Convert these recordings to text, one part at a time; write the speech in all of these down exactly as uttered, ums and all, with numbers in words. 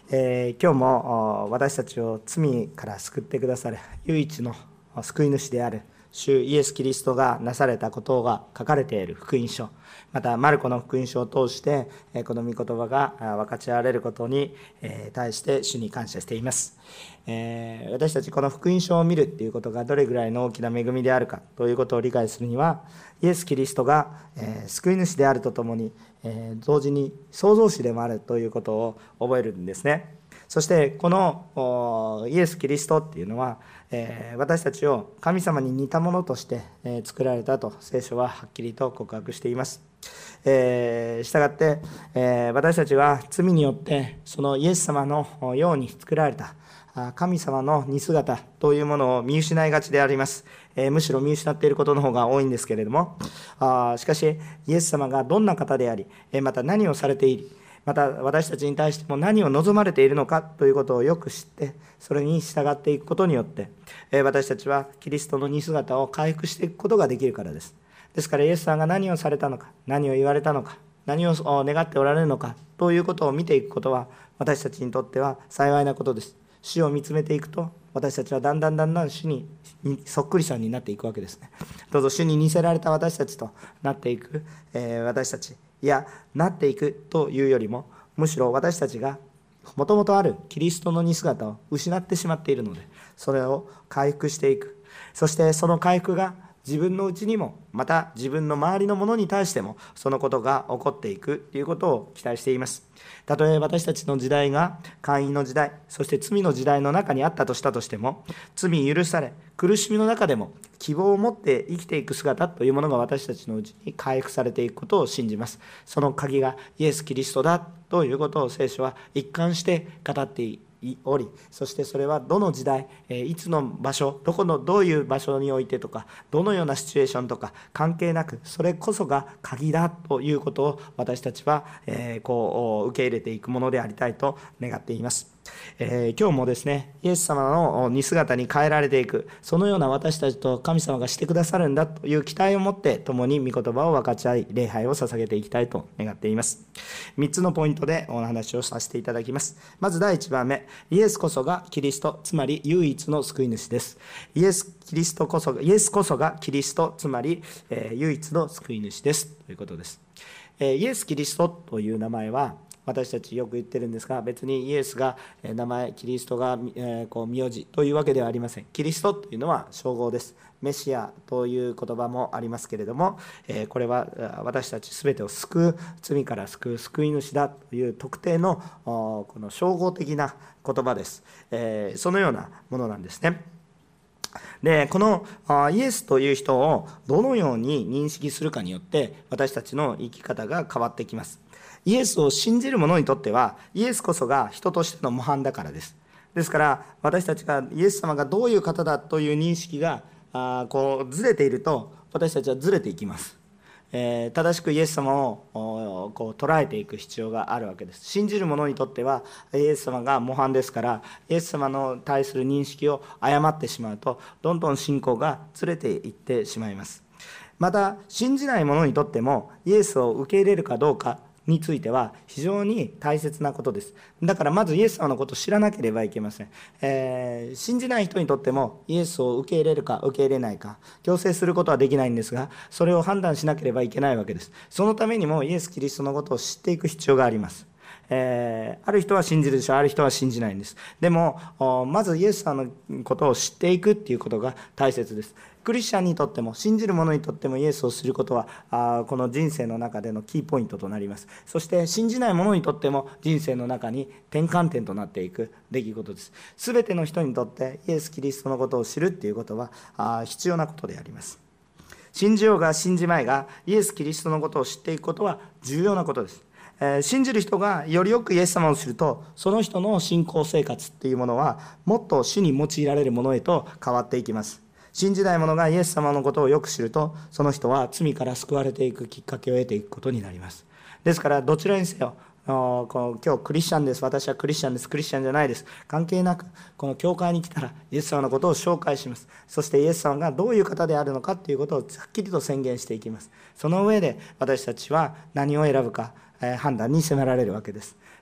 えー、今日も私たちを罪から救ってくださる唯一の救い主である主イエス・キリストがなされたことが書かれている福音書、またマルコの福音書を通してこの御言葉が分かち合われることに対して主に感謝しています。えー、私たちこの福音書を見るということがどれぐらいの大きな恵みであるかということを理解するには、イエス・キリストが救い主であるとともに同時に創造主でもあるということを覚えるんですね。そしてこのイエス・キリストっていうのは私たちを神様に似たものとして作られたと聖書ははっきりと告白しています。えー、したがって、えー、私たちは罪によってそのイエス様のように作られた神様の似姿というものを見失いがちであります。えー、むしろ見失っていることの方が多いんですけれども、あしかしイエス様がどんな方であり、また何をされている、また私たちに対しても何を望まれているのかということをよく知って、それに従っていくことによって私たちはキリストの似姿を回復していくことができるからです。ですからイエスさんが何をされたのか、何を言われたのか、何を願っておられるのかということを見ていくことは私たちにとっては幸いなことです。主を見つめていくと私たちはだんだんだんだん主にそっくりさんになっていくわけですね。どうぞ主に似せられた私たちとなっていく、えー、私たちいやなっていくというよりも、むしろ私たちがもともとあるキリストの似姿を失ってしまっているので、それを回復していく。そしてその回復が自分のうちにも、また自分の周りの者に対してもそのことが起こっていくということを期待しています。たとえ私たちの時代が姦淫の時代、そして罪の時代の中にあったとしたとしても、罪許され苦しみの中でも希望を持って生きていく姿というものが私たちのうちに回復されていくことを信じます。その鍵がイエス・キリストだということを聖書は一貫して語っていおり、そしてそれはどの時代、いつの場所、どこのどういう場所においてとか、どのようなシチュエーションとか関係なく、それこそが鍵だということを私たちはこう受け入れていくものでありたいと願っています。えー、今日もですね、イエス様の似姿に変えられていく、そのような私たちと神様がしてくださるんだという期待を持って共に御言葉を分かち合い、礼拝を捧げていきたいと願っています。みっつのポイントでお話をさせていただきます。まずだいいちばんめ、イエスこそがキリスト、つまり唯一の救い主です。イエスキリストこそイエスこそがキリスト、つまり、えー、唯一の救い主ですということです。えー、イエス・キリストという名前は私たちよく言ってるんですが、別にイエスが名前、キリストがこう名字というわけではありません。キリストというのは称号です。メシアという言葉もありますけれども、これは私たちすべてを救う、罪から救う救い主だという特定のこの称号的な言葉です。そのようなものなんですね。でこのイエスという人をどのように認識するかによって私たちの生き方が変わってきます。イエスを信じる者にとってはイエスこそが人としての模範だからです。ですから私たちがイエス様がどういう方だという認識があこうずれていると私たちはずれていきます。えー、正しくイエス様をこう捉えていく必要があるわけです。信じる者にとってはイエス様が模範ですから、イエス様の対する認識を誤ってしまうとどんどん信仰がずれていってしまいます。また信じない者にとってもイエスを受け入れるかどうかについては非常に大切なことです。だからまずイエス様のことを知らなければいけません。えー、信じない人にとってもイエスを受け入れるか受け入れないか強制することはできないんですが、それを判断しなければいけないわけです。そのためにもイエス・キリストのことを知っていく必要があります。えー、ある人は信じるでしょう、ある人は信じないんです。でもまずイエス様のことを知っていくっていうことが大切です。クリスチャンにとっても信じる者にとってもイエスを知ることはあこの人生の中でのキーポイントとなります。そして信じない者にとっても人生の中に転換点となっていく出来事です。すべての人にとってイエス・キリストのことを知るっていうことはあ必要なことであります。信じようが信じまいがイエス・キリストのことを知っていくことは重要なことです。えー、信じる人がよりよくイエス様を知ると、その人の信仰生活っていうものはもっと主に用いられるものへと変わっていきます。信じない者がイエス様のことをよく知ると、その人は罪から救われていくきっかけを得ていくことになります。ですからどちらにせよ、この今日クリスチャンです、私はクリスチャンです、クリスチャンじゃないです、関係なくこの教会に来たらイエス様のことを紹介します。そしてイエス様がどういう方であるのかということをはっきりと宣言していきます。その上で私たちは何を選ぶか判断に迫られるわけです。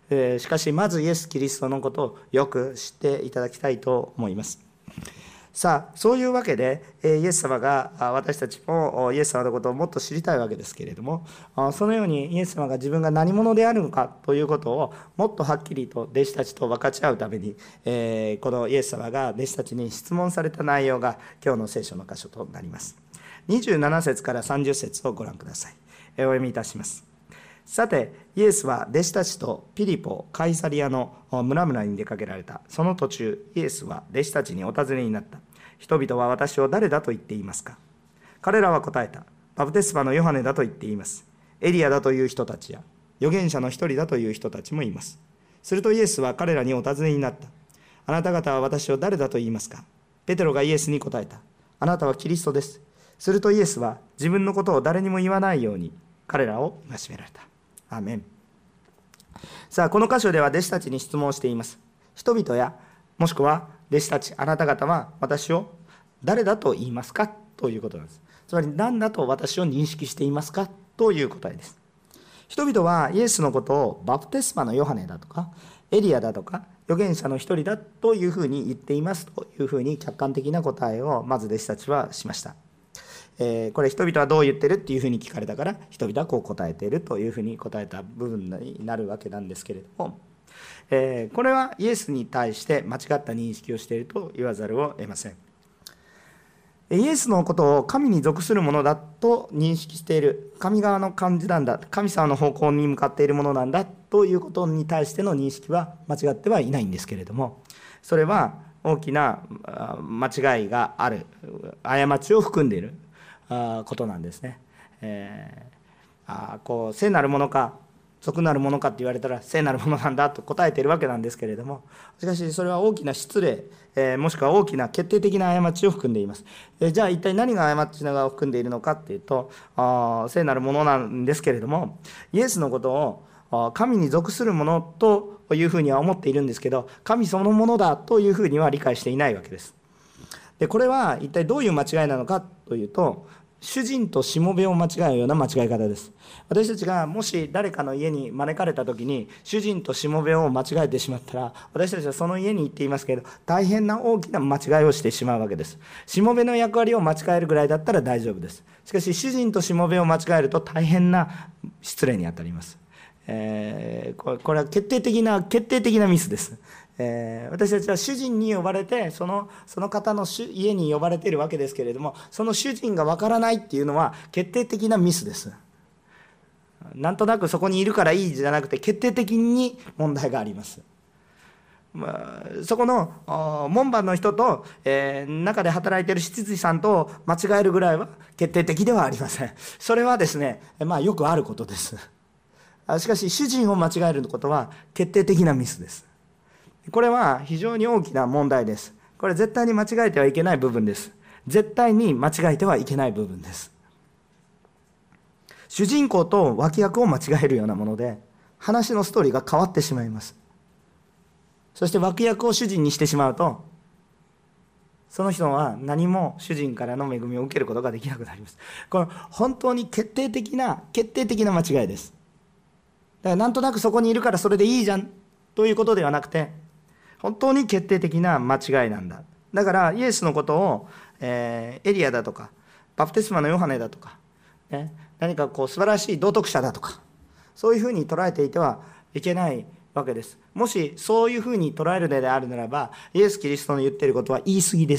えー、しかしまずイエス・キリストのことをよく知っていただきたいと思います。さあ、そういうわけで、イエス様が、私たちもイエス様のことをもっと知りたいわけですけれども、そのようにイエス様が自分が何者であるのかということをもっとはっきりと弟子たちと分かち合うために、このイエス様が弟子たちに質問された内容が今日の聖書の箇所となります。にじゅうなな節からさんじゅう節をご覧ください。お読みいたします。さて、イエスは弟子たちとピリポ、カイサリアの村々に出かけられた。その途中、イエスは弟子たちにお尋ねになった。人々は私を誰だと言っていますか？彼らは答えた。バプテスマのヨハネだと言っています。エリアだという人たちや、預言者の一人だという人たちもいます。するとイエスは彼らにお尋ねになった。あなた方は私を誰だと言いますか？ペテロがイエスに答えた。あなたはキリストです。するとイエスは自分のことを誰にも言わないように彼らを戒められた。アーメン。さあ、この箇所では弟子たちに質問しています。人々や、もしくは弟子たち、あなた方は私を誰だと言いますかということなんです。つまり何だと私を認識していますかという答えです。人々はイエスのことをバプテスマのヨハネだとかエリアだとか預言者の一人だというふうに言っていますというふうに客観的な答えをまず弟子たちはしました。えー、これ人々はどう言ってるっていうふうに聞かれたから人々はこう答えているというふうに答えた部分になるわけなんですけれども、えー、これはイエスに対して間違った認識をしていると言わざるを得ません。イエスのことを神に属するものだと認識している、神側の感じなんだ、神様の方向に向かっているものなんだということに対しての認識は間違ってはいないんですけれども、それは大きな間違いがある、過ちを含んでいることなんですね。えー、あこう聖なるものか俗なるものかって言われたら聖なるものなんだと答えているわけなんですけれども、しかしそれは大きな失礼、えー、もしくは大きな決定的な過ちを含んでいます。えー、じゃあ一体何が過ちが含んでいるのかっていうと、あ聖なるものなんですけれども、イエスのことを神に属するものというふうには思っているんですけど、神そのものだというふうには理解していないわけです。でこれは一体どういう間違いなのかというと、主人としもべを間違えるような間違い方です。私たちがもし誰かの家に招かれた時に主人としもべを間違えてしまったら、私たちはその家に行っていますけれど大変な大きな間違いをしてしまうわけです。しもべの役割を間違えるぐらいだったら大丈夫です。しかし主人としもべを間違えると大変な失礼にあたります。えー、これは決定的な決定的なミスです。えー、私たちは主人に呼ばれてその、その方の家に呼ばれているわけですけれども、その主人がわからないっていうのは決定的なミスです。なんとなくそこにいるからいいじゃなくて、決定的に問題があります。まあ、そこの門番の人と、えー、中で働いている執事さんと間違えるぐらいは決定的ではありません。それはですね、まあ、よくあることです。しかし主人を間違えることは決定的なミスです。これは非常に大きな問題です。これ絶対に間違えてはいけない部分です。絶対に間違えてはいけない部分です。主人公と脇役を間違えるようなもので、話のストーリーが変わってしまいます。そして脇役を主人にしてしまうと、その人は何も主人からの恵みを受けることができなくなります。この本当に決定的な決定的な間違いです。だからなんとなくそこにいるからそれでいいじゃんということではなくて、本当に決定的な間違いなんだ。だからイエスのことを、えー、エリアだとかバプテスマのヨハネだとか、ね、何かこう素晴らしい道徳者だとか、そういうふうに捉えていてはいけないわけです。もしそういうふうに捉えるのであるならば、イエス・キリストの言っていることは言い過ぎです。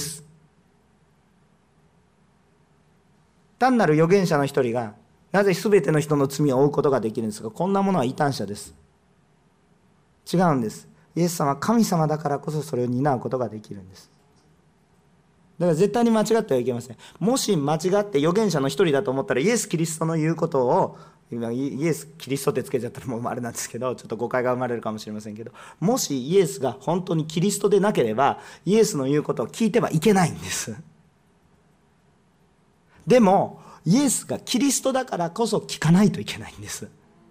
単なる預言者の一人がなぜ全ての人の罪を負うことができるんですか？こんなものは異端者です。違うんです。イエス様は神様だからこそそれを担うことができるんです。だから絶対に間違ってはいけません。もし間違って預言者の一人だと思ったら、イエス・キリストの言うことを、今イエス・キリストってつけちゃったらもうあれなんですけど、ちょっと誤解が生まれるかもしれませんけど、もしイエスが本当にキリストでなければ、イエスの言うことを聞いてはいけないんです。でもイエスがキリストだからこそ聞かないといけないんです。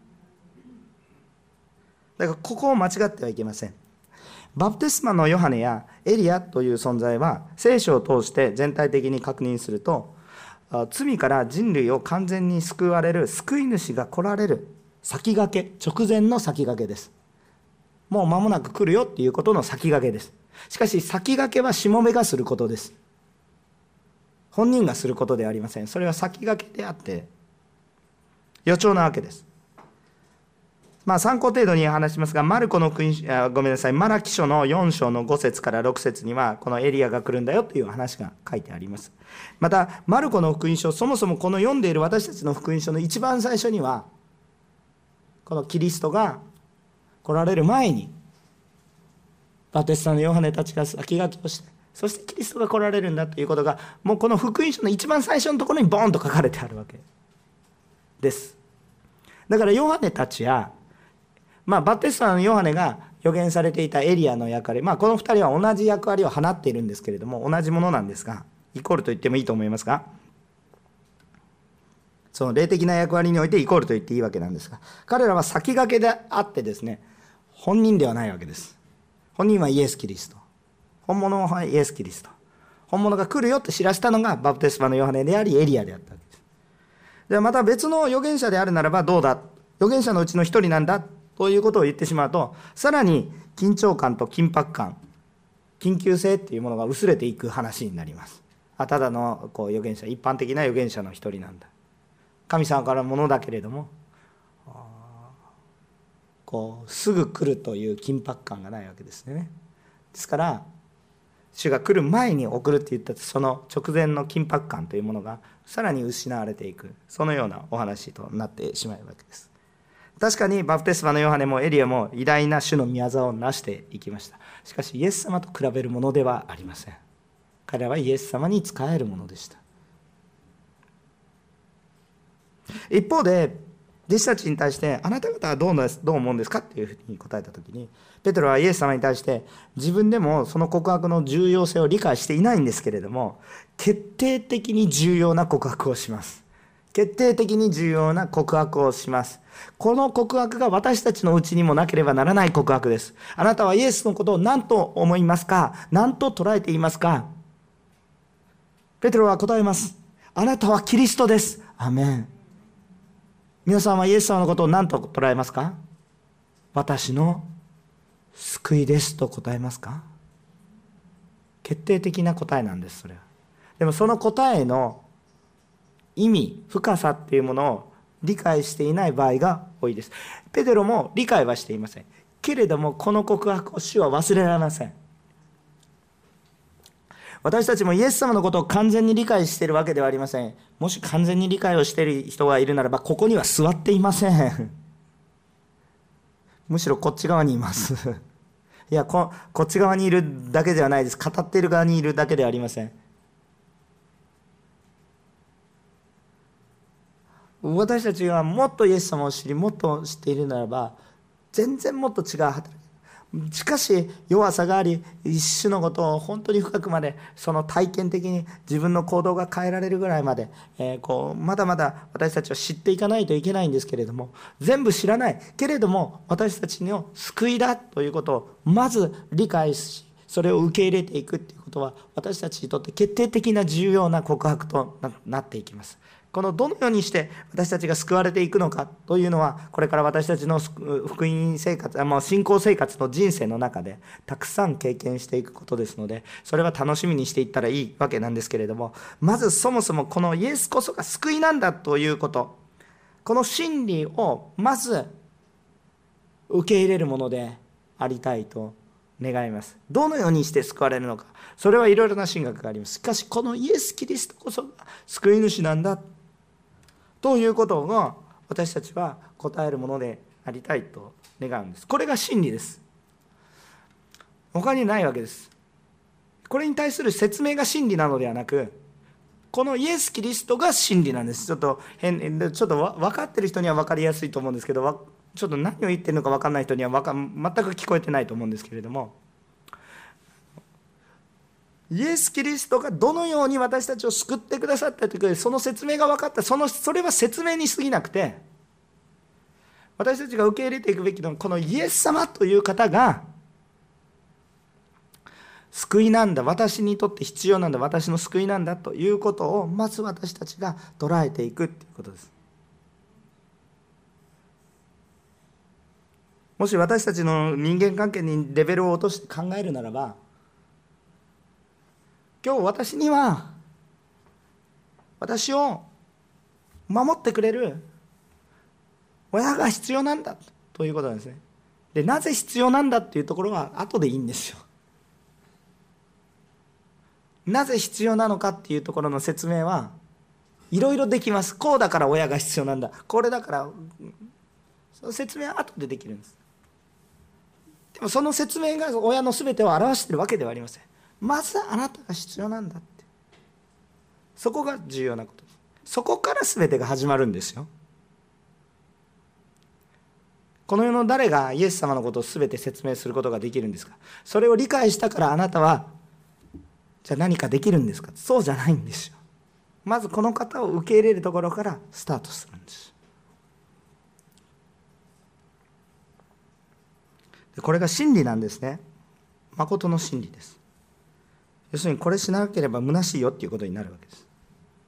だからここを間違ってはいけません。バプテスマのヨハネやエリアという存在は聖書を通して全体的に確認すると、罪から人類を完全に救われる救い主が来られる先駆け、直前の先駆けです。 もう間もなく来るよっていうことの先駆けです。しかし先駆けはしもべがすることです。本人がすることではありません。それは先駆けであって予兆なわけです。まあ参考程度に話しますが、マルコの福音書、あ、ごめんなさい、マラキ書のよん章のご節からろく節にはこのエリアが来るんだよという話が書いてあります。またマルコの福音書、そもそもこの読んでいる私たちの福音書の一番最初には、このキリストが来られる前にバプテスマのヨハネたちが先駆けをして、そしてキリストが来られるんだということが、もうこの福音書の一番最初のところにボーンと書かれてあるわけです。だからヨハネたちや、まあ、バプテスマのヨハネが予言されていたエリアの役割、まあ、このふたりは同じ役割を放っているんですけれども、同じものなんですが、イコールと言ってもいいと思いますが、その霊的な役割においてイコールと言っていいわけなんですが、彼らは先駆けであってですね、本人ではないわけです。本人はイエス・キリスト、本物はイエス・キリスト、本物が来るよと知らしたのがバプテスマのヨハネでありエリアであったわけです。ではまた別の預言者であるならばどうだ、預言者のうちの一人なんだということを言ってしまうと、さらに緊張感と緊迫感、緊急性っていうものが薄れていく話になります。あ、ただのこう預言者、一般的な預言者の一人なんだ、神様からのものだけれども、こうすぐ来るという緊迫感がないわけですね。ですから主が来る前に送るって言ったその直前の緊迫感というものがさらに失われていく、そのようなお話となってしまうわけです。確かにバプテスマのヨハネもエリアも偉大な主の御業を成していきました。しかしイエス様と比べるものではありません。彼らはイエス様に仕えるものでした。一方で弟子たちに対して、あなた方はどうですどう思うんですかっていうふうに答えたときに、ペテロはイエス様に対して自分でもその告白の重要性を理解していないんですけれども、決定的に重要な告白をします。決定的に重要な告白をします。この告白が私たちのうちにもなければならない告白です。あなたはイエスのことを何と思いますか、何と捉えていますか。ペテロは答えます。あなたはキリストです。アメン。皆さんはイエス様のことを何と捉えますか。私の救いですと答えますか。決定的な答えなんです、それは。でもその答えの意味、深さっていうものを理解していない場合が多いです。ペテロも理解はしていませんけれども、この告白を主は忘れられません。私たちもイエス様のことを完全に理解しているわけではありません。もし完全に理解をしている人がいるならば、ここには座っていません。むしろこっち側にいます。いや こ, こっち側にいるだけではないです。語っている側にいるだけではありません。私たちがもっとイエス様を知り、もっと知っているならば、全然もっと違う働き。しかし弱さがあり、一種のことを本当に深くまで、その体験的に自分の行動が変えられるぐらいまで、えー、こうまだまだ私たちは知っていかないといけないんですけれども、全部知らないけれども私たちの救いだということをまず理解し、それを受け入れていくということは、私たちにとって決定的な重要な告白となっていきます。このどのようにして私たちが救われていくのかというのは、これから私たちの福音生活、まあ、信仰生活の人生の中でたくさん経験していくことですので、それは楽しみにしていったらいいわけなんですけれども、まずそもそもこのイエスこそが救いなんだということ、この真理をまず受け入れるものでありたいと願います。どのようにして救われるのか、それはいろいろな神学があります。しかしこのイエス・キリストこそが救い主なんだということを私たちは答えるものでありたいと願うんです。これが真理です。他にないわけです。これに対する説明が真理なのではなく、このイエス・キリストが真理なんです。ちょっと変、ちょっと分かってる人には分かりやすいと思うんですけど、ちょっと何を言ってるのか分かんない人には分か全く聞こえてないと思うんですけれども、イエス・キリストがどのように私たちを救ってくださったという、その説明が分かった。そのそれは説明に過ぎなくて、私たちが受け入れていくべきのは、このイエス様という方が救いなんだ、私にとって必要なんだ、私の救いなんだということをまず私たちが捉えていくということです。 もし私たちの人間関係にレベルを落として考えるならば、今日私には私を守ってくれる親が必要なんだということなんですね。で、なぜ必要なんだっていうところは後でいいんですよ。なぜ必要なのかっていうところの説明はいろいろできます。こうだから親が必要なんだ、これだから、その説明は後でできるんです。でもその説明が親の全てを表しているわけではありません。まずあなたが必要なんだって、そこが重要なことです。そこから全てが始まるんですよ。この世の誰がイエス様のことを全て説明することができるんですか。それを理解したからあなたはじゃあ何かできるんですか。そうじゃないんですよ。まずこの方を受け入れるところからスタートするんです。でこれが真理なんですね。誠の真理です。要するにこれしなければ虚しいよっていうことになるわけです。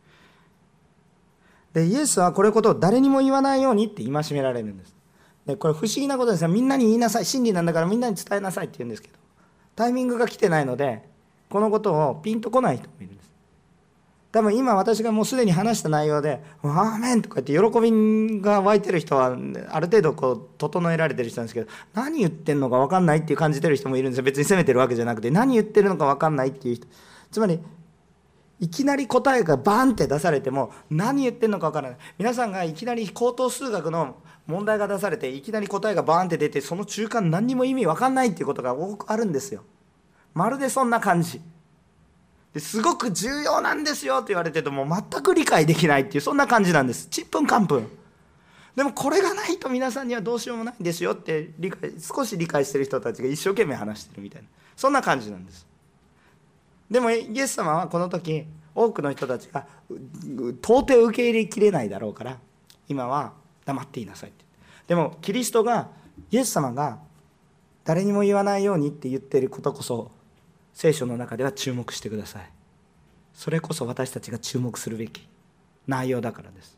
でイエスはこれことを誰にも言わないようにって戒められるんです。でこれ不思議なことですが、みんなに言いなさい、真理なんだからみんなに伝えなさいって言うんですけど、タイミングが来てないのでこのことをピンとこない人もいるんです。多分今私がもうすでに話した内容で「アーメン」とか言って喜びが湧いてる人はある程度こう整えられてる人なんですけど、何言ってるのか分かんないっていう感じてる人もいるんですよ。別に責めてるわけじゃなくて、何言ってるのか分かんないっていう人、つまりいきなり答えがバーンって出されても何言ってるのか分からない。皆さんがいきなり高等数学の問題が出されていきなり答えがバーンって出て、その中間何にも意味分かんないっていうことが多くあるんですよ。まるでそんな感じですごく重要なんですよって言われてても全く理解できないっていう、そんな感じなんです。ちっぷんかんぷん。でもこれがないと皆さんにはどうしようもないんですよって理解、少し理解してる人たちが一生懸命話してるみたいな、そんな感じなんです。でもイエス様はこの時多くの人たちが到底受け入れきれないだろうから今は黙っていなさいって。でもキリストが、イエス様が誰にも言わないようにって言っていることこそ聖書の中では注目してください。それこそ私たちが注目するべき内容だからです。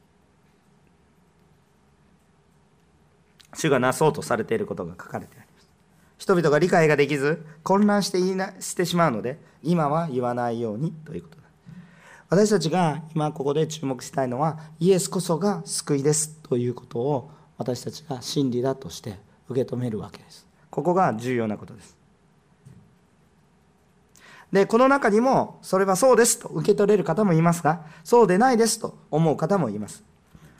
主がなそうとされていることが書かれてあります。人々が理解ができず混乱して言いなしてしまうので今は言わないようにということだ。私たちが今ここで注目したいのはイエスこそが救いですということを私たちが真理だとして受け止めるわけです。ここが重要なことです。でこの中にもそれはそうですと受け取れる方もいますが、そうでないですと思う方もいます。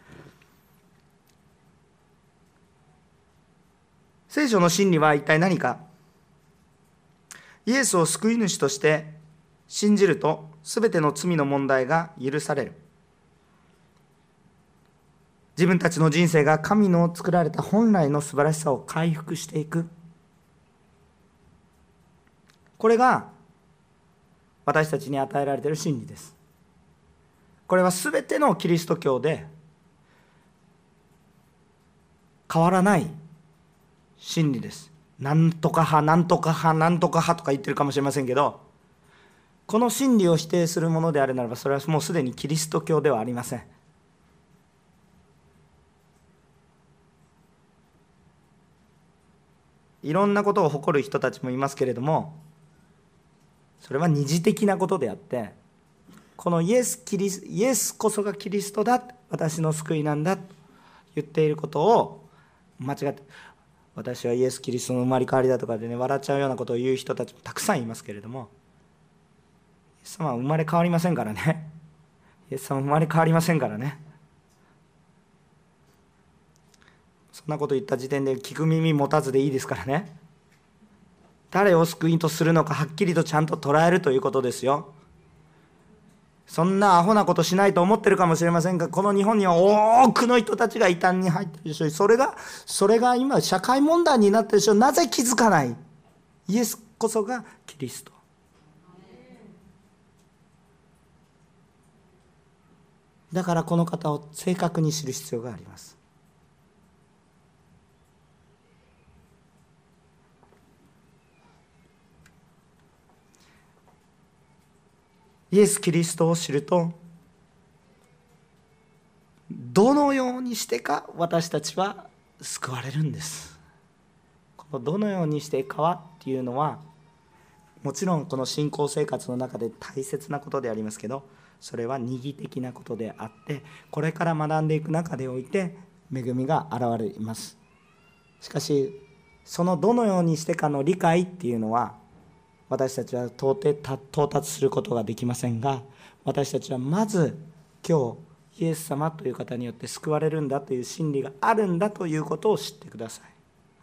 聖書の真理は一体何か。イエスを救い主として信じるとすべての罪の問題が許される。自分たちの人生が神の作られた本来の素晴らしさを回復していく。これが私たちに与えられている真理です。これはすべてのキリスト教で変わらない真理です。なんとか派、なんとか派、なんとか派とか言ってるかもしれませんけど、この真理を否定するものであるならばそれはもうすでにキリスト教ではありません。いろんなことを誇る人たちもいますけれども、それは二次的なことであって、このイエス、キリス、イエスこそがキリストだ、私の救いなんだと言っていることを間違って、私はイエス・キリストの生まれ変わりだとかでね、笑っちゃうようなことを言う人たちもたくさんいますけれども、イエス様は生まれ変わりませんからね。イエス様は生まれ変わりませんからね。そんなこと言った時点で聞く耳持たずでいいですからね。誰を救いとするのかはっきりとちゃんと捉えるということですよ。そんなアホなことしないと思ってるかもしれませんが、この日本には多くの人たちが異端に入ってるでしょう。それがそれが今社会問題になってるでしょう。なぜ気づかない。イエスこそがキリスト。だからこの方を正確に知る必要があります。イエス・キリストを知ると、どのようにしてか私たちは救われるんです。 どのようにしてかはっていうのは、もちろんこの信仰生活の中で大切なことでありますけど、それは二義的なことであって、これから学んでいく中でおいて恵みが現れます。しかしそのどのようにしてかの理解っていうのは、私たちは到底到達することができませんが、私たちはまず今日イエス様という方によって救われるんだという真理があるんだということを知ってください。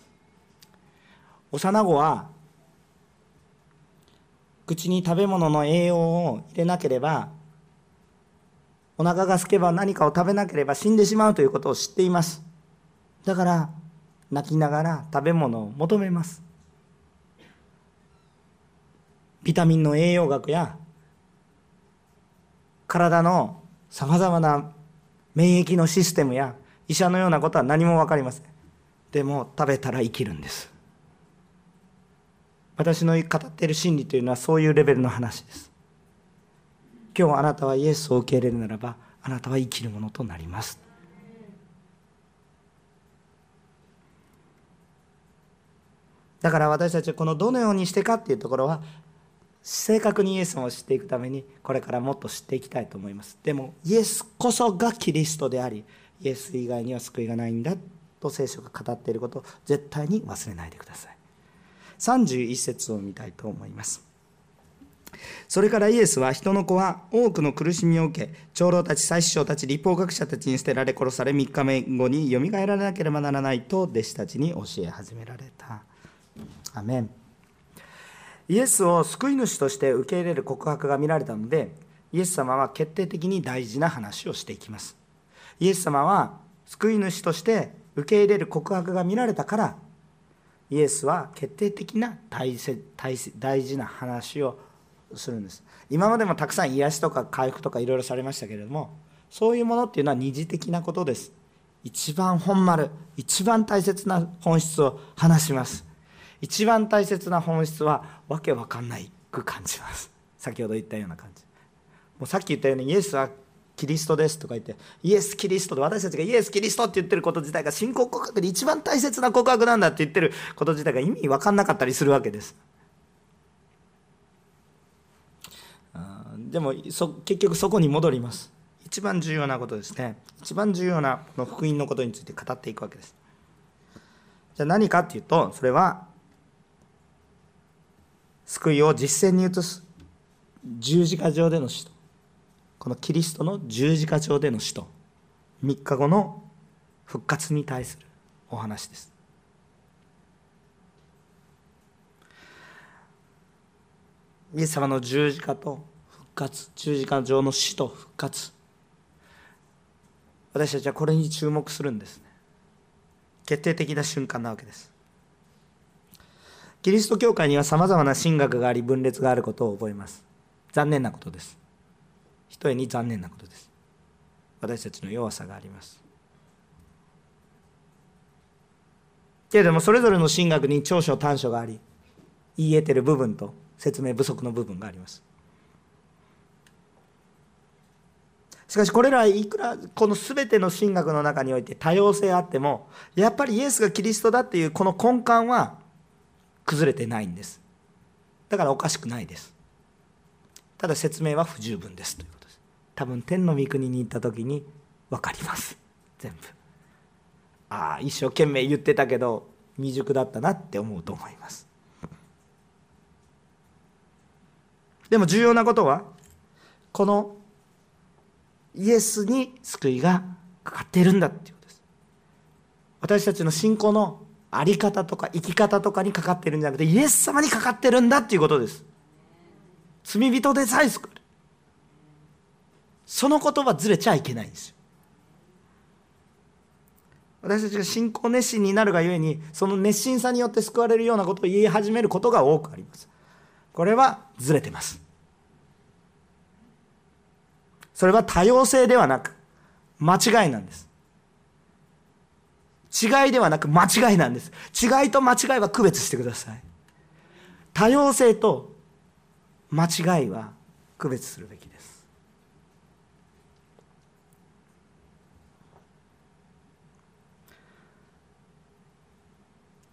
幼子は口に食べ物の栄養を入れなければ、お腹が空けば何かを食べなければ死んでしまうということを知っています。だから泣きながら食べ物を求めます。ビタミンの栄養学や体のさまざまな免疫のシステムや医者のようなことは何も分かりません。でも食べたら生きるんです。私の語っている真理というのはそういうレベルの話です。今日あなたはイエスを受け入れるならば、あなたは生きるものとなります。だから私たちはこのどのようにしてかっていうところは、正確にイエス様を知っていくためにこれからもっと知っていきたいと思います。でもイエスこそがキリストであり、イエス以外には救いがないんだと聖書が語っていることを絶対に忘れないでください。さんじゅういち節を見たいと思います。それからイエスは、人の子は多くの苦しみを受け、長老たち、祭司長たち、律法学者たちに捨てられ殺され、みっかめごによみがえられなければならないと弟子たちに教え始められた。アメン。イエスを救い主として受け入れる告白が見られたので、イエス様は決定的に大事な話をしていきます。イエス様は救い主として受け入れる告白が見られたから、イエスは決定的な大切、大切、大事な話をするんです。今までもたくさん癒しとか回復とかいろいろされましたけれども、そういうものっていうのは二次的なことです。一番本丸、一番大切な本質を話します。一番大切な本質はわけわかんないく感じます。先ほど言ったような感じ。もうさっき言ったようにイエスはキリストですとか言って、イエスキリストで、私たちがイエスキリストって言ってること自体が信仰告白で一番大切な告白なんだって言ってること自体が意味わかんなかったりするわけです。でもそ結局そこに戻ります。一番重要なことですね。一番重要なこの福音のことについて語っていくわけです。じゃあ何かっていうと、それは救いを実践に移す十字架上での死と、このキリストの十字架上での死とみっかごの復活に対するお話です。イエス様の十字架と復活、十字架上の死と復活、私たちはこれに注目するんですね。決定的な瞬間なわけです。キリスト教会にはさまざまな神学があり分裂があることを覚えます。残念なことです。ひとえに残念なことです。私たちの弱さがあります。けれどもそれぞれの神学に長所短所があり、言い得ている部分と説明不足の部分があります。しかしこれらいくらこの全ての神学の中において多様性あっても、やっぱりイエスがキリストだっていうこの根幹は崩れてないんです。だからおかしくないです。ただ説明は不十分ですということです。多分天の御国に行った時に分かります。全部。ああ、一生懸命言ってたけど未熟だったなって思うと思います。でも重要なことは、このイエスに救いがかかっているんだっていうことです。私たちの信仰のあり方とか生き方とかにかかっているんじゃなくて、イエス様にかかっているんだっていうことです。罪人でさえ救える。そのことはずれちゃいけないんですよ。私たちが信仰熱心になるがゆえに、その熱心さによって救われるようなことを言い始めることが多くあります。これはずれてます。それは多様性ではなく間違いなんです。違いではなく間違いなんです。違いと間違いは区別してください。多様性と間違いは区別するべきです。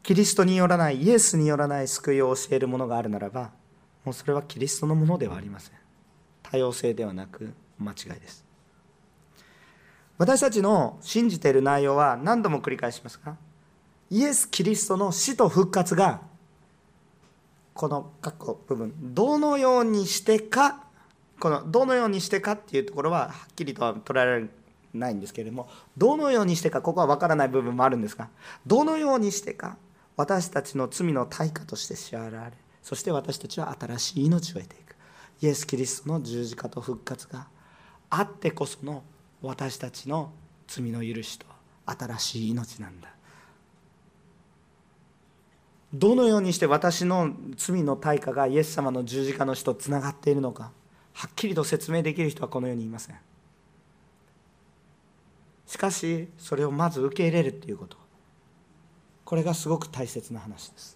キリストによらない、イエスによらない救いを教えるものがあるならば、もうそれはキリストのものではありません。多様性ではなく間違いです。私たちの信じている内容は何度も繰り返しますが、イエス・キリストの死と復活がこの各部分どのようにしてか、このどのようにしてかっていうところははっきりとは捉えられないんですけれども、どのようにしてか、ここは分からない部分もあるんですが、どのようにしてか私たちの罪の対価として支払われ、そして私たちは新しい命を得ていく。イエス・キリストの十字架と復活があってこその私たちの罪の許しと新しい命なんだ。どのようにして私の罪の対価がイエス様の十字架の死とつながっているのか、はっきりと説明できる人はこの世にいません。しかしそれをまず受け入れるということ、これがすごく大切な話です。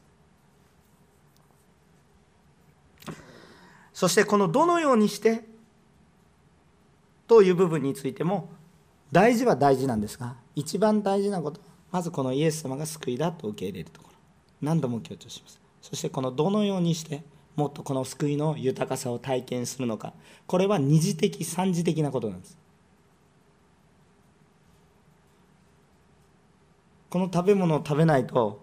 そしてこのどのようにしてという部分についても大事は大事なんですが、一番大事なことはまずこのイエス様が救いだと受け入れるところ、何度も強調します。そしてこのどのようにしてもっとこの救いの豊かさを体験するのか、これは二次的三次的なことなんです。この食べ物を食べないと、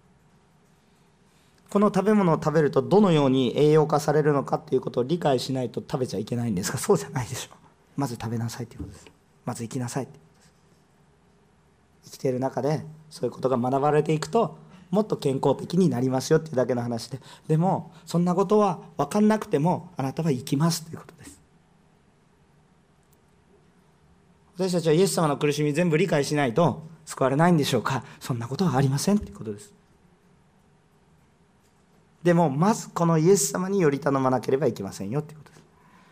この食べ物を食べるとどのように栄養化されるのかということを理解しないと食べちゃいけないんですが、そうじゃないでしょう。まず食べなさいということです。まず生きなさいということです。生きている中でそういうことが学ばれていくと、もっと健康的になりますよっていうだけの話で、でもそんなことは分かんなくてもあなたは生きますということです。私たちはイエス様の苦しみ全部理解しないと救われないんでしょうか。そんなことはありませんということです。でもまずこのイエス様により頼まなければいけませんよということです。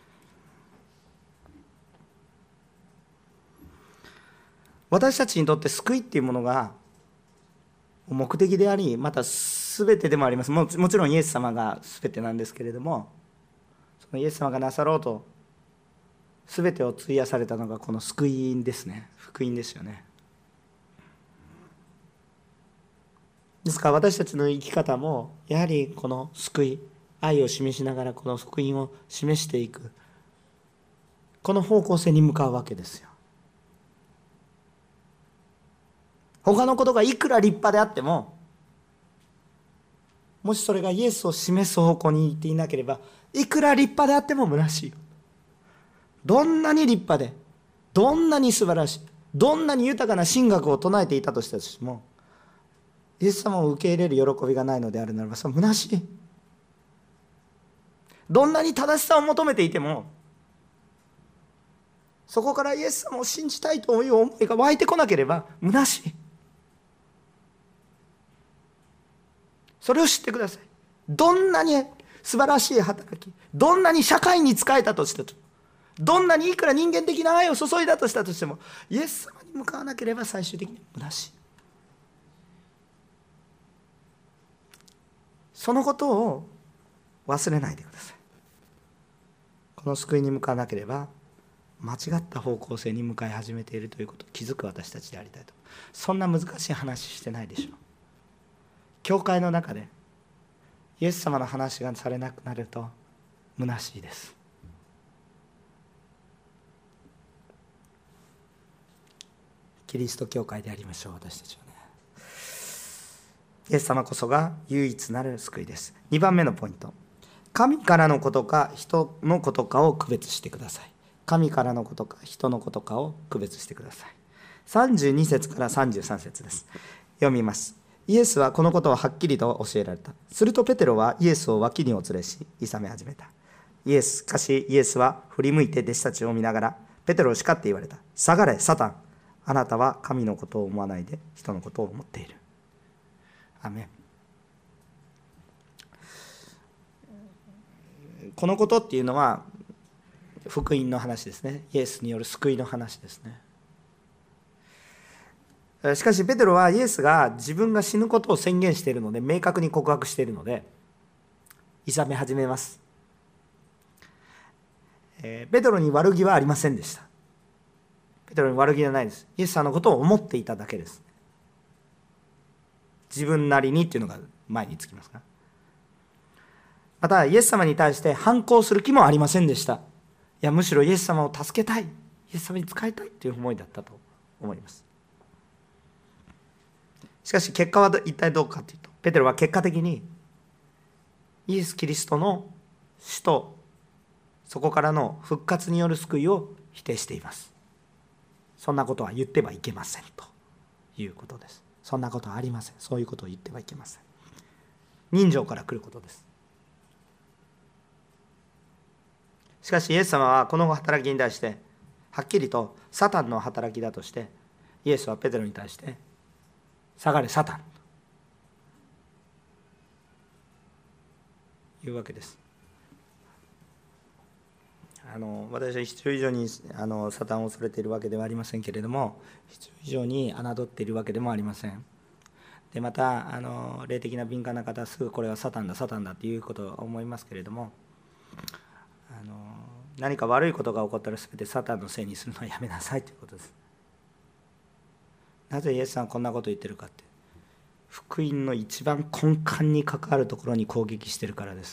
私たちにとって救いっていうものが目的であり、また全てでもあります。 も, もちろんイエス様が全てなんですけれども、そのイエス様がなさろうと全てを費やされたのがこの救いですね。福音ですよね。ですから私たちの生き方もやはりこの救い、愛を示しながらこの福音を示していく、この方向性に向かうわけですよ。他のことがいくら立派であっても、もしそれがイエスを示す方向に行っていなければ、いくら立派であっても虚しい。どんなに立派で、どんなに素晴らしい、どんなに豊かな神学を唱えていたとしても、イエス様を受け入れる喜びがないのであるならば、それは虚しい。どんなに正しさを求めていても、そこからイエス様を信じたいという思いが湧いてこなければ虚しい。それを知ってください。どんなに素晴らしい働き、どんなに社会に仕えたとしても、どんなにいくら人間的な愛を注いだとしたとしても、イエス様に向かわなければ最終的に虚しい。そのことを忘れないでください。この救いに向かわなければ間違った方向性に向かい始めているということを気づく私たちでありたいと。そんな難しい話してないでしょう。教会の中でイエス様の話がされなくなると虚しいです。キリスト教会でありましょう。私たちはね、イエス様こそが唯一なる救いです。にばんめのポイント、神からのことか人のことかを区別してください。神からのことか人のことかを区別してください。さんじゅうに節からさんじゅうさん節です。読みます。イエスはこのことをはっきりと教えられた。するとペテロはイエスを脇にお連れし、いさめ始めた。イエス、しかしイエスは振り向いて弟子たちを見ながら、ペテロを叱って言われた。下がれ、サタン。あなたは神のことを思わないで人のことを思っている。アメン。このことっていうのは福音の話ですね。イエスによる救いの話ですね。しかしペテロはイエスが自分が死ぬことを宣言しているので、明確に告白しているので諌め始めます。ペテロに悪気はありませんでした。ペテロに悪気はないです。イエス様のことを思っていただけです。 自分なりにっていうのが前につきますから。またイエス様に対して反抗する気もありませんでした。いや、むしろイエス様を助けたい、イエス様に仕えたいという思いだったと思います。しかし結果は一体どうかというと、ペテロは結果的にイエス・キリストの死とそこからの復活による救いを否定しています。そんなことは言ってはいけませんということです。そんなことはありません。そういうことを言ってはいけません。人情から来ることです。しかしイエス様はこの働きに対してはっきりとサタンの働きだとして、イエスはペテロに対して下がれサタンというわけです。あの私は必要以上にあのサタンを恐れているわけではありませんけれども、必要以上に侮っているわけでもありません。でまたあの霊的な敏感な方はすぐこれはサタンだサタンだということを思いますけれども、あの何か悪いことが起こったら全てサタンのせいにするのはやめなさいということです。なぜイエスさんはこんなことを言ってるかって、福音の一番根幹に関わるところに攻撃しているからです。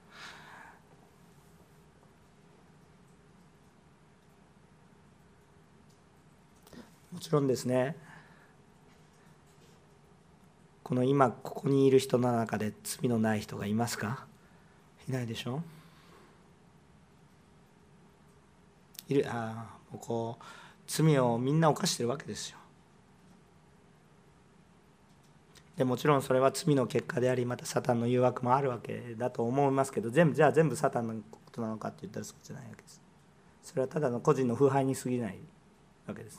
もちろんですね、この今ここにいる人の中で罪のない人がいますか？いないでしょ。いる。ああ、もうこう罪をみんな犯してるわけですよ。でもちろんそれは罪の結果であり、またサタンの誘惑もあるわけだと思いますけど、全部じゃあ全部サタンのことなのかって言ったらそうじゃないわけです。それはただの個人の腐敗に過ぎないわけです。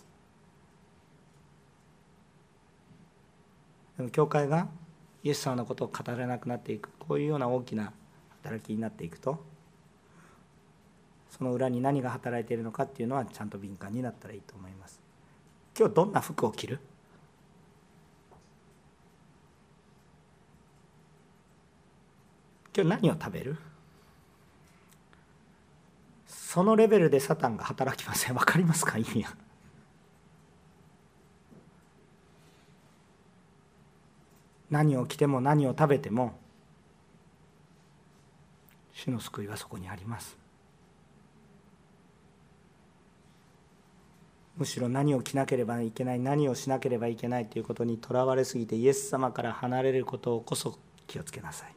でも教会がイエス様のことを語れなくなっていく、こういうような大きな働きになっていくと、その裏に何が働いているのかっていうのはちゃんと敏感になったらいいと思います。今日どんな服を着る？今日何を食べる？そのレベルでサタンが働きません。分かりますか？意味は。何を着ても何を食べても主の救いはそこにあります。むしろ何を着なければいけない、何をしなければいけないということにとらわれすぎてイエス様から離れることをこそ気をつけなさい。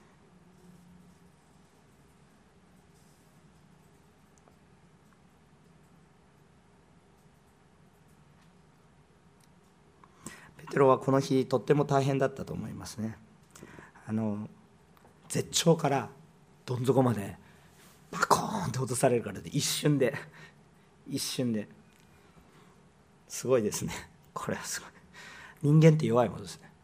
ペテロはこの日とっても大変だったと思いますね。あの絶頂からどん底までバコーンって落とされるからで、一瞬で一瞬ですごいですね。これはすごい。人間って弱いものですね。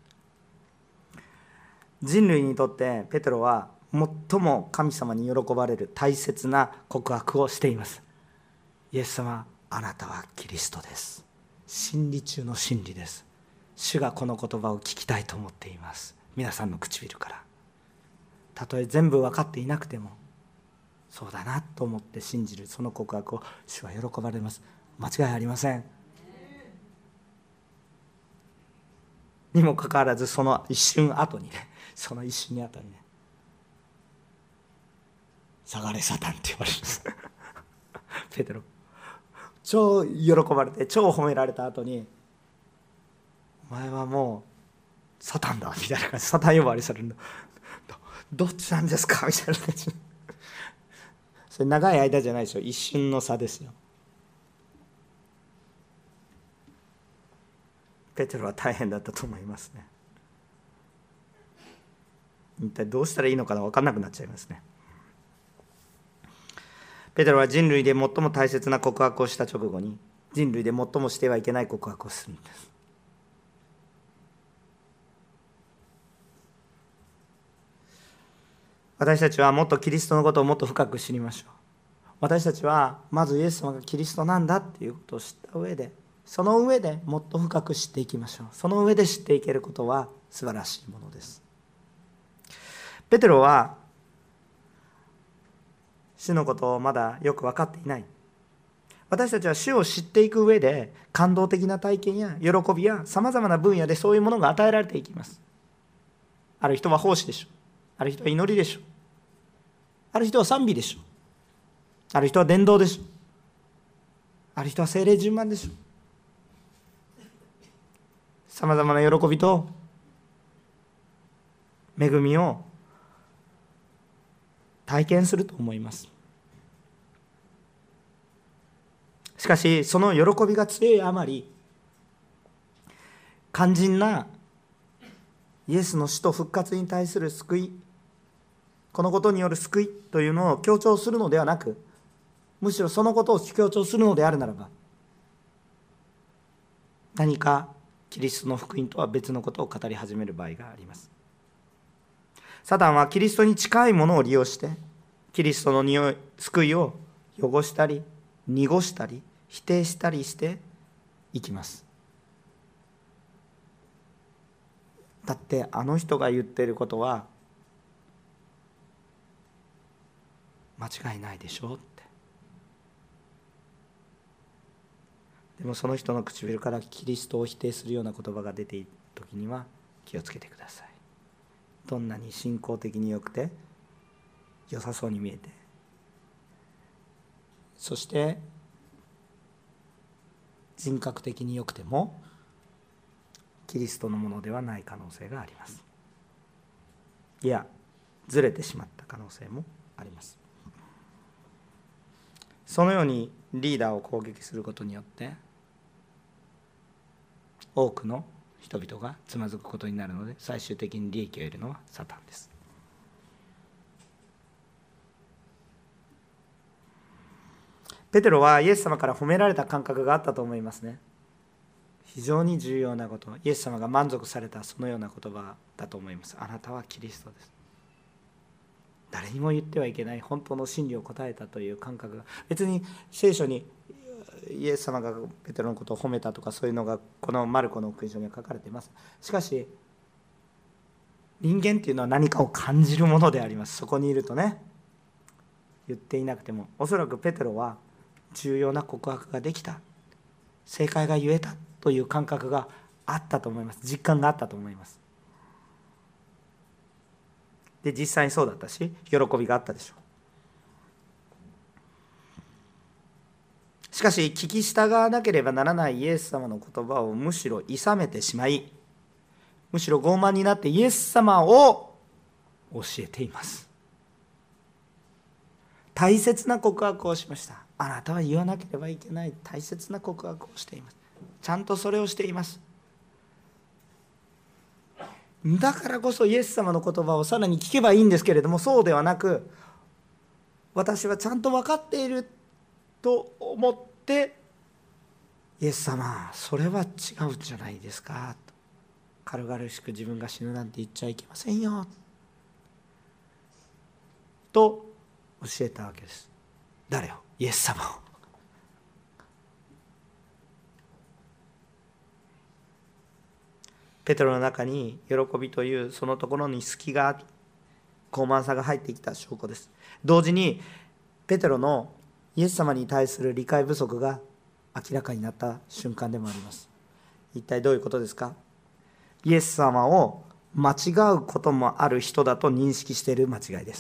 人類にとってペテロは最も神様に喜ばれる大切な告白をしています。イエス様、あなたはキリストです。真理中の真理です。主がこの言葉を聞きたいと思っています。皆さんの唇から。たとえ全部分かっていなくても、そうだなと思って信じるその告白を主は喜ばれます。間違いありません。にもかかわらず、その一瞬後にね、その一瞬後にね、下がれサタンって言われるんですペテロ、超喜ばれて超褒められた後に、お前はもうサタンだみたいな感じ、サタン呼ばわりされるの。 ど, どっちなんですかみたいな感じ。それ長い間じゃないですよ。一瞬の差ですよ。ペテロは大変だったと思いますね。一体どうしたらいいのか分からなくなっちゃいますね。ペテロは人類で最も大切な告白をした直後に、人類で最もしてはいけない告白をするんです。私たちはもっとキリストのことをもっと深く知りましょう。私たちはまずイエス様がキリストなんだっていうことを知った上で、その上でもっと深く知っていきましょう。その上で知っていけることは素晴らしいものです。ペテロは主のことをまだよく分かっていない。 私たちは主を知っていく上で感動的な体験や喜びやさまざまな分野でそういうものが与えられていきます。ある人は奉仕でしょう。ある人は祈りでしょう。ある人は賛美でしょう。ある人は伝道でしょう。ある人は聖霊順番でしょう。さまざまな喜びと恵みを体験すると思います。しかしその喜びが強いあまり、肝心なイエスの死と復活に対する救い、このことによる救いというのを強調するのではなく、むしろそのことを強調するのであるならば、何かキリストの福音とは別のことを語り始める場合があります。サタンはキリストに近いものを利用して、キリストの匂い、救いを汚したり、濁したり、否定したりしていきます。だってあの人が言っていることは間違いないでしょうって。でもその人の唇からキリストを否定するような言葉が出ている時には気をつけてください。どんなに信仰的によくて良さそうに見えて、そして人格的によくてもキリストのものではない可能性があります。いや、ずれてしまった可能性もあります。そのようにリーダーを攻撃することによって多くの人々がつまずくことになるので、最終的に利益を得るのはサタンです。ペテロはイエス様から褒められた感覚があったと思いますね。非常に重要なこと、イエス様が満足されたそのような言葉だと思います。あなたはキリストです。誰にも言ってはいけない本当の真理を答えたという感覚が、別に聖書にイエス様がペテロのことを褒めたとかそういうのがこのマルコの福音書には書かれています。しかし人間っていうのは何かを感じるものであります。そこにいるとね、言っていなくてもおそらくペテロは重要な告白ができた、正解が言えたという感覚があったと思います。実感があったと思います。で、実際にそうだったし、喜びがあったでしょう。しかし聞き従わなければならないイエス様の言葉をむしろ諌めてしまい、むしろ傲慢になってイエス様を教えています。大切な告白をしました。あなたは言わなければいけない大切な告白をしています。ちゃんとそれをしています。だからこそイエス様の言葉をさらに聞けばいいんですけれども、そうではなく、私はちゃんと分かっていると思って、イエス様それは違うんじゃないですかと、軽々しく自分が死ぬなんて言っちゃいけませんよと教えたわけです。誰を？イエス様を。ペテロの中に喜びというそのところに隙があり、傲慢さが入ってきた証拠です。同時にペテロのイエス様に対する理解不足が明らかになった瞬間でもあります。一体どういうことですか？イエス様を間違うこともある人だと認識している間違いです。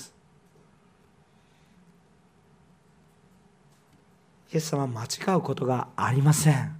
イエス様は間違うことがありません。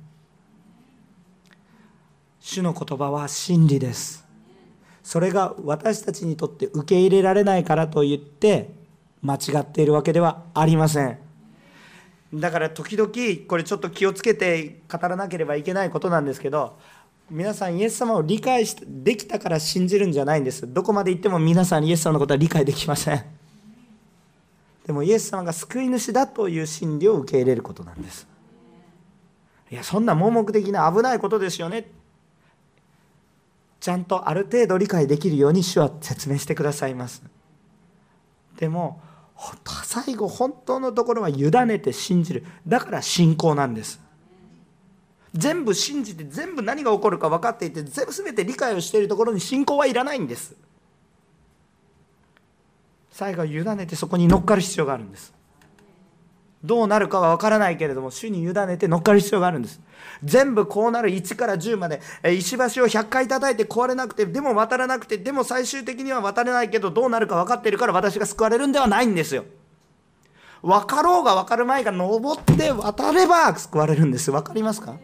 主の言葉は真理です。それが私たちにとって受け入れられないからといって間違っているわけではありません。だから時々これちょっと気をつけて語らなければいけないことなんですけど、皆さんイエス様を理解できたから信じるんじゃないんです。どこまで行っても皆さんイエス様のことは理解できません。でもイエス様が救い主だという真理を受け入れることなんです。いや、そんな盲目的な危ないことですよね。ちゃんとある程度理解できるように主は説明してくださいます。でも最後本当のところは委ねて信じる。だから信仰なんです。全部信じて全部何が起こるか分かっていて全部全て理解をしているところに信仰はいらないんです。最後は委ねてそこに乗っかる必要があるんです。 どうなるかは分からないけれども、主に委ねて乗っかる必要があるんです。全部こうなるいちからじゅうまで、石橋をひゃっかい叩いて壊れなくて、でも渡らなくて、でも最終的には渡れないけど、どうなるか分かっているから私が救われるんではないんですよ。分かろうが分かる前が登って渡れば救われるんです。分かりますか？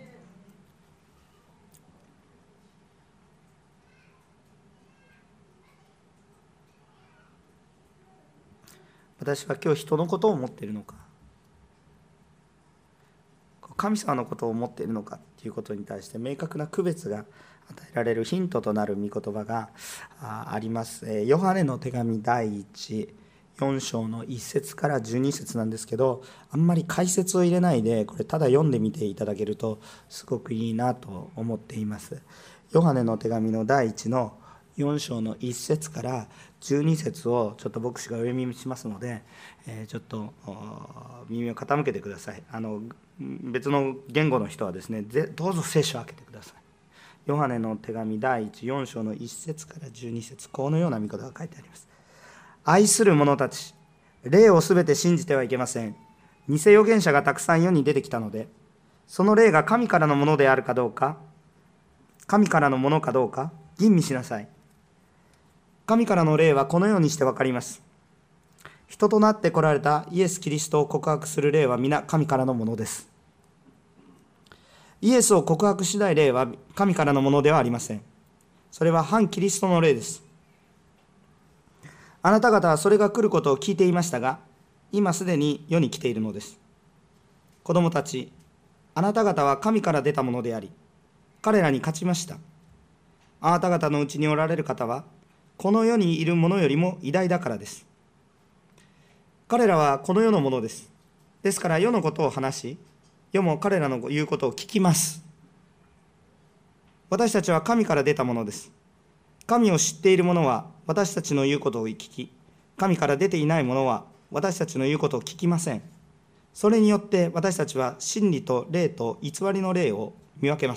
私は今日人のことを思っているのか、神様のことを思っているのかということに対して明確な区別が与えられるヒントとなる御言葉があります。ヨハネの手紙だいいち、よん章のいっ節からじゅうに節なんですけど、あんまり解説を入れないでこれただ読んでみていただけるとすごくいいなと思っています。ヨハネの手紙のだいいちのよん章のいっ節からじゅうに節をちょっと牧師がお読みしますので、えー、ちょっと耳を傾けてください。あの別の言語の人はですね、どうぞ聖書を開けてください。ヨハネの手紙だいいち、よん章のいっ節からじゅうに節、このような御言葉が書いてあります。愛する者たち、霊をすべて信じてはいけません。偽預言者がたくさん世に出てきたので、その霊が神からのものであるかどうか、神からのものかどうか吟味しなさい。神からの霊はこのようにして分かります。人となって来られたイエス・キリストを告白する霊は皆神からのものです。イエスを告白しない霊は神からのものではありません。それは反キリストの霊です。あなた方はそれが来ることを聞いていましたが、今すでに世に来ているのです。子供たち、あなた方は神から出たものであり、彼らに勝ちました。あなた方のうちにおられる方は、この世にいるものよりも偉大だからです。彼らはこの世のものです。ですから世のことを話し、世も彼らの言うことを聞きます。私たちは神から出たものです。神を知っている者は私たちの言うことを聞き、神から出ていない者は私たちの言うことを聞きません。それによって私たちは真理と霊と偽りの霊を見分けます。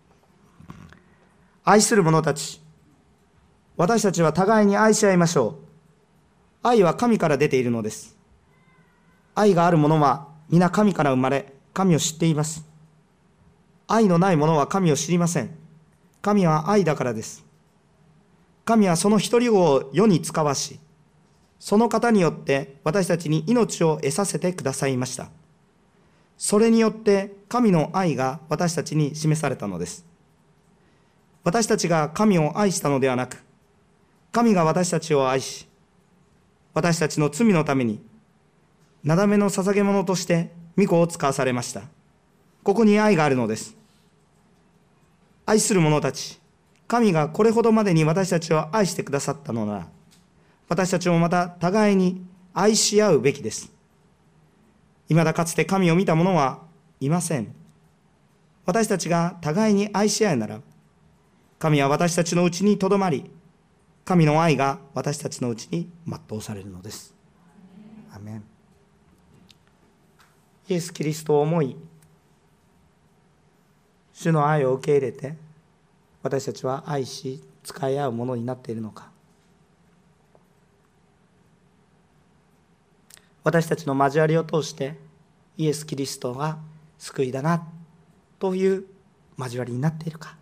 愛する者たち、私たちは互いに愛し合いましょう。愛は神から出ているのです。愛がある者は皆神から生まれ、神を知っています。愛のない者は神を知りません。神は愛だからです。神はその一人子を世に使わし、その方によって私たちに命を得させてくださいました。それによって神の愛が私たちに示されたのです。私たちが神を愛したのではなく、神が私たちを愛し、私たちの罪のために、なだめの捧げ物として御子を使わされました。ここに愛があるのです。愛する者たち、神がこれほどまでに私たちを愛してくださったのなら、私たちもまた互いに愛し合うべきです。いまだかつて神を見た者はいません。私たちが互いに愛し合うなら、神は私たちのうちにとどまり、神の愛が私たちのうちに全うされるのです。アメン。イエス・キリストを思い、主の愛を受け入れて、私たちは愛し使い合うものになっているのか。私たちの交わりを通してイエス・キリストが救いだなという交わりになっているか。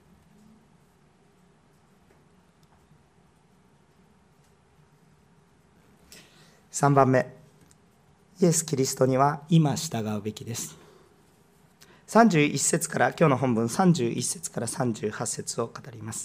さんばんめ、イエス・キリストには今従うべきです。さんじゅういち節から、今日の本文さんじゅういち節からさんじゅうはち節を語ります。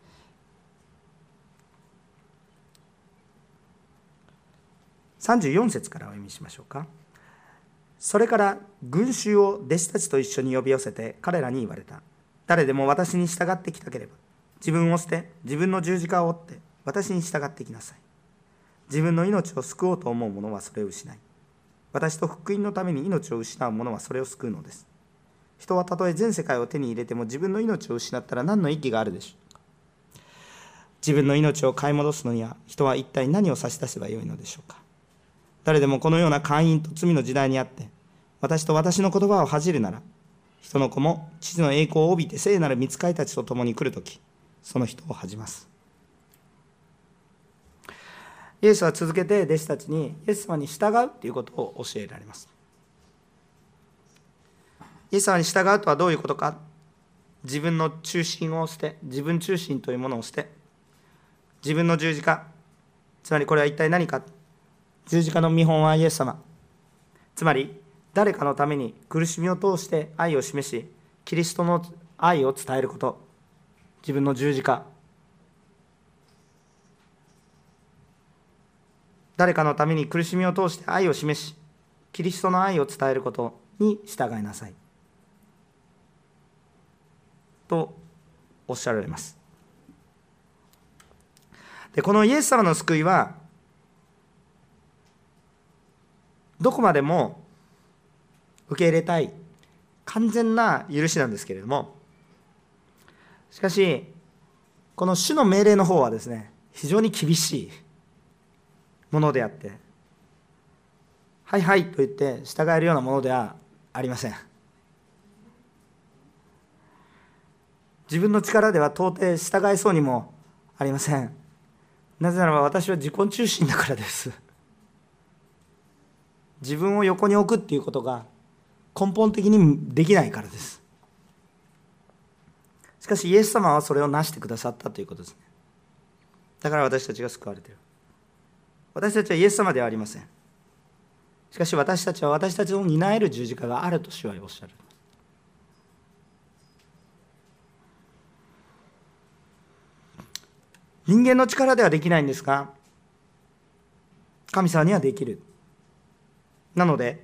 さんじゅうよん節からお読みしましょうか。それから群衆を弟子たちと一緒に呼び寄せて彼らに言われた。誰でも私に従ってきたければ、自分を捨て、自分の十字架を追って私に従ってきなさい。自分の命を救おうと思う者はそれを失い、私と福音のために命を失う者はそれを救うのです。人はたとえ全世界を手に入れても自分の命を失ったら何の意義があるでしょうか。自分の命を買い戻すのには人は一体何を差し出せばよいのでしょうか。誰でもこのような姦淫と罪の時代にあって私と私の言葉を恥じるなら、人の子も父の栄光を帯びて聖なる御使いたちと共に来るとき、その人を恥じます。 イエスは続けて弟子たちにイエス様に従うということを教えられます。イエス様に従うとはどういうことか。自分の中心を捨て、自分中心というものを捨て、自分の十字架、つまりこれは一体何か。十字架の見本はイエス様。つまり誰かのために苦しみを通して愛を示し、キリストの愛を伝えること。自分の十字架。誰かのために苦しみを通して愛を示し、キリストの愛を伝えることに従いなさいとおっしゃられます。で、このイエス様の救いはどこまでも受け入れたい完全な許しなんですけれども、しかしこの主の命令の方はですね、非常に厳しいものであって、はいはいと言って従えるようなものではありません。自分の力では到底従えそうにもありません。なぜならば私は自己中心だからです。自分を横に置くっていうことが根本的にできないからです。しかしイエス様はそれをなしてくださったということですね。だから私たちが救われている。私たちはイエス様ではありません。しかし私たちは私たちの担える十字架があると主はおっしゃる。人間の力ではできないんですが、神様にはできる。なので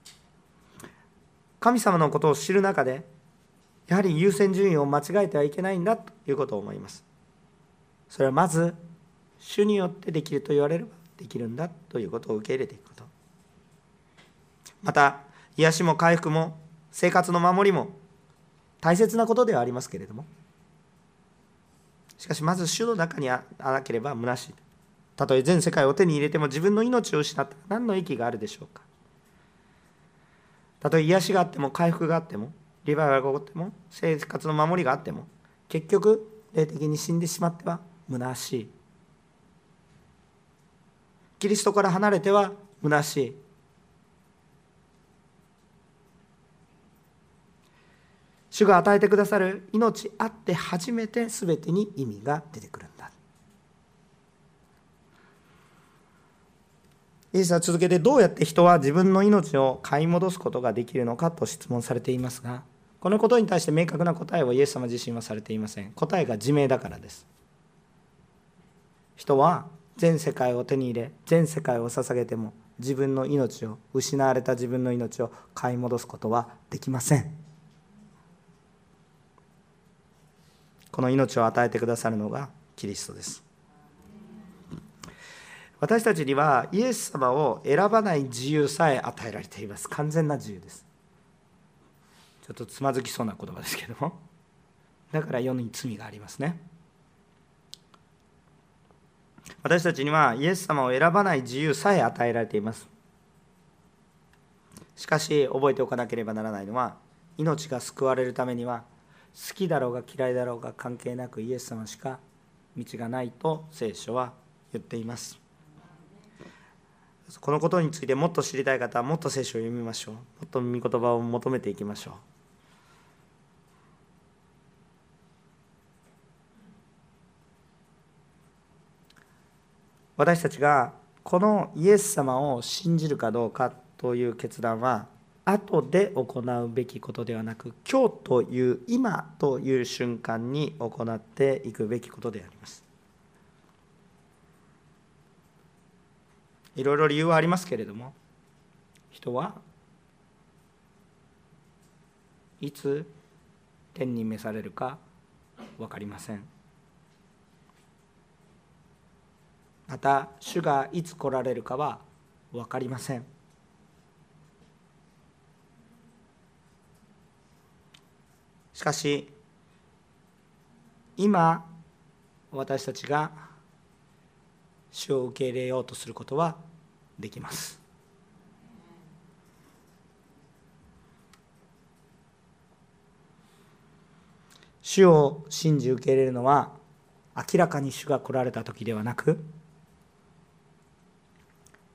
神様のことを知る中で、やはり優先順位を間違えてはいけないんだということを思います。それはまず主によってできると言われればできるんだということを受け入れていくこと。また癒しも回復も生活の守りも大切なことではありますけれども、しかしまず主の中にあなければ虚しい。たとえ全世界を手に入れても自分の命を失ったら何の益があるでしょうか。たとえ癒しがあっても回復があってもリバイバルが起こっても生活の守りがあっても、結局霊的に死んでしまっては虚しい。キリストから離れては虚しい。主が与えてくださる命あって初めて全てに意味が出てくるんだ。イエスは続けて、どうやって人は自分の命を買い戻すことができるのかと質問されていますが、このことに対して明確な答えをイエス様自身はされていません。答えが自明だからです。人は全世界を手に入れ、全世界を捧げても自分の命を、失われた自分の命を買い戻すことはできません。この命を与えてくださるのがキリストです。私たちにはイエス様を選ばない自由さえ与えられています。完全な自由です。ちょっとつまずきそうな言葉ですけども、だから世に罪がありますね。私たちにはイエス様を選ばない自由さえ与えられています。しかし覚えておかなければならないのは、命が救われるためには好きだろうが嫌いだろうが関係なくイエス様しか道がないと聖書は言っています。このことについてもっと知りたい方はもっと聖書を読みましょう。もっと御言葉を求めていきましょう。私たちがこのイエス様を信じるかどうかという決断は後で行うべきことではなく、今日という今という瞬間に行っていくべきことであります。いろいろ理由はありますけれども、人はいつ天に召されるか分かりません。また主がいつ来られるかは分かりません。しかし今私たちが主を受け入れようとすることはできます。主を信じ受け入れるのは明らかに主が来られた時ではなく、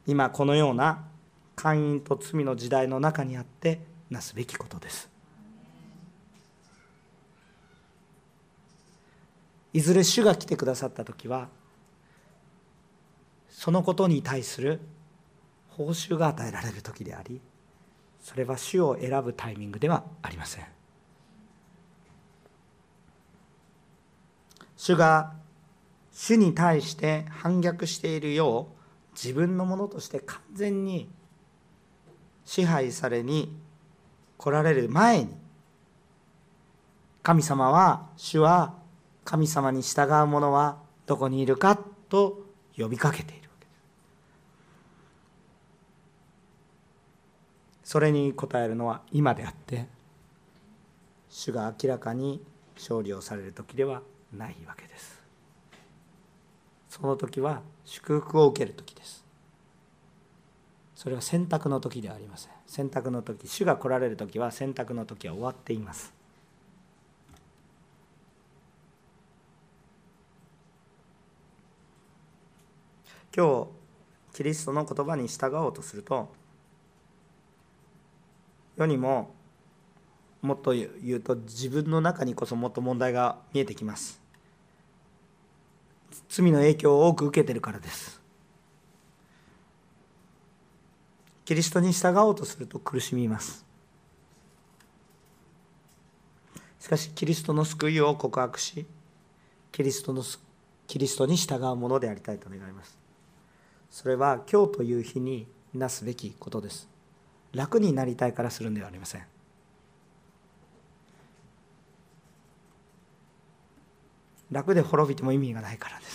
今このような姦淫と罪の時代の中にあってなすべきことです。いずれ主が来てくださったときは、そのことに対する報酬が与えられるときであり、それは主を選ぶタイミングではありません。主が主に対して反逆しているよう、自分のものとして完全に支配されに来られる前に、神様は、主は神様に従う者はどこにいるかと呼びかけているわけです。それに応えるのは今であって、主が明らかに勝利をされる時ではないわけです。その時は祝福を受ける時です。それは選択の時ではありません。選択の時、主が来られる時は選択の時は終わっています。今日キリストの言葉に従おうとすると、世にももっと言うと自分の中にこそもっと問題が見えてきます。罪の影響を多く受けているからです。キリストに従おうとすると苦しみます。しかしキリストの救いを告白し、キリストのキリストに従うものでありたいと願います。それは今日という日になすべきことです。楽になりたいからするんではありません。楽で滅びても意味がないからです。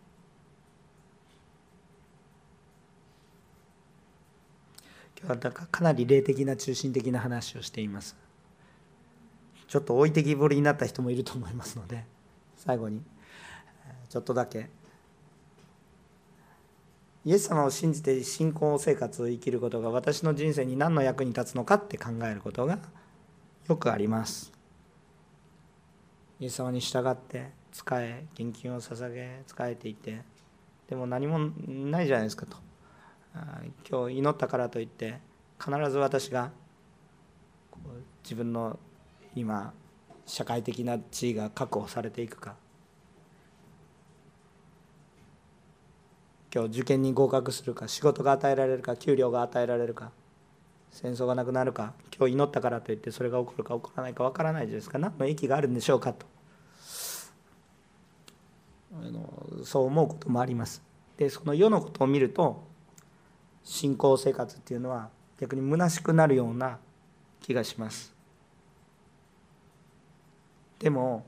今日はなんかかなり霊的な中心的な話をしています。ちょっと置いてきぼりになった人もいると思いますので、最後にちょっとだけイエス様を信じて信仰生活を生きることが私の人生に何の役に立つのかって考えることがよくあります。イエス様に従って仕え、献金を捧げ仕えていて、でも何もないじゃないですかと、今日祈ったからといって必ず私が自分の今社会的な地位が確保されていくか、今日受験に合格するか、仕事が与えられるか、給料が与えられるか、戦争がなくなるか、今日祈ったからといってそれが起こるか起こらないか分からないじゃないですか。何の益があるんでしょうかと、あのそう思うこともあります。でその世のことを見ると、信仰生活っていうのは逆に虚しくなるような気がします。でも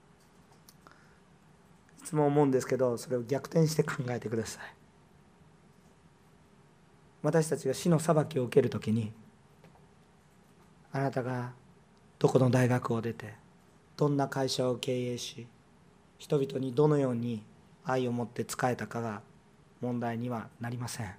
いつも思うんですけど、それを逆転して考えてください。私たちが死の裁きを受けるときに、あなたがどこの大学を出て、どんな会社を経営し、人々にどのように愛を持って仕えたかが問題にはなりません。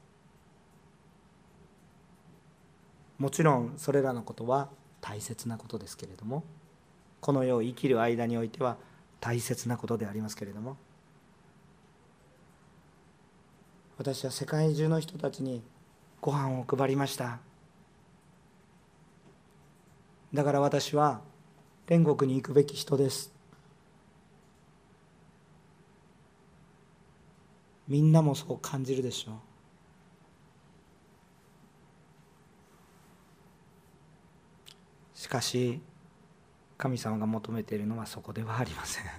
もちろんそれらのことは大切なことですけれども、この世を生きる間においては大切なことでありますけれども、私は世界中の人たちにご飯を配りました。だから私は天国に行くべき人です。みんなもそう感じるでしょう。しかし神様が求めているのはそこではありません。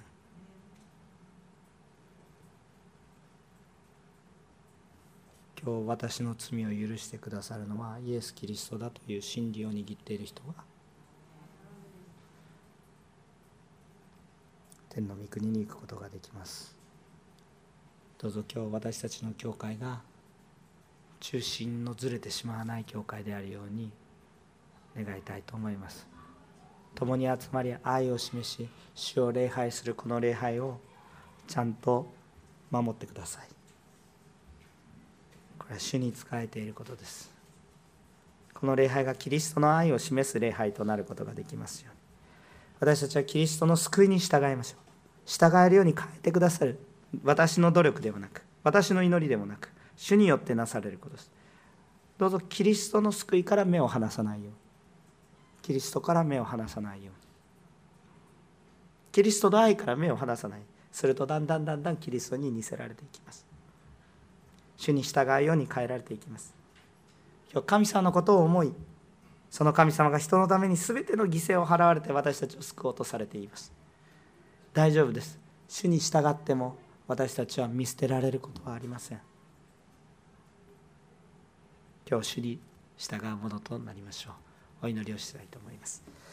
今日私の罪を許してくださるのはイエス・キリストだという真理を握っている人が天の御国に行くことができます。どうぞ今日私たちの教会が中心のずれてしまわない教会であるように願いたいと思います。共に集まり愛を示し、主を礼拝するこの礼拝をちゃんと守ってください。これは主に仕えていることです。この礼拝がキリストの愛を示す礼拝となることができますように、私たちはキリストの救いに従いましょう。従えるように変えてくださる、私の努力ではなく、私の祈りでもなく、 主によってなされることです。どうぞキリストの救いから目を離さないように、キリストから目を離さないように、キリストの愛から目を離さない。するとだんだんだんだんキリストに似せられていきます。主に従うように変えられていきます。今日神様のことを思い、その神様が人のために全ての犠牲を払われて私たちを救おうとされています。大丈夫です。主に従っても私たちは見捨てられることはありません。今日主に従うものとなりましょう。お祈りをしたいと思います。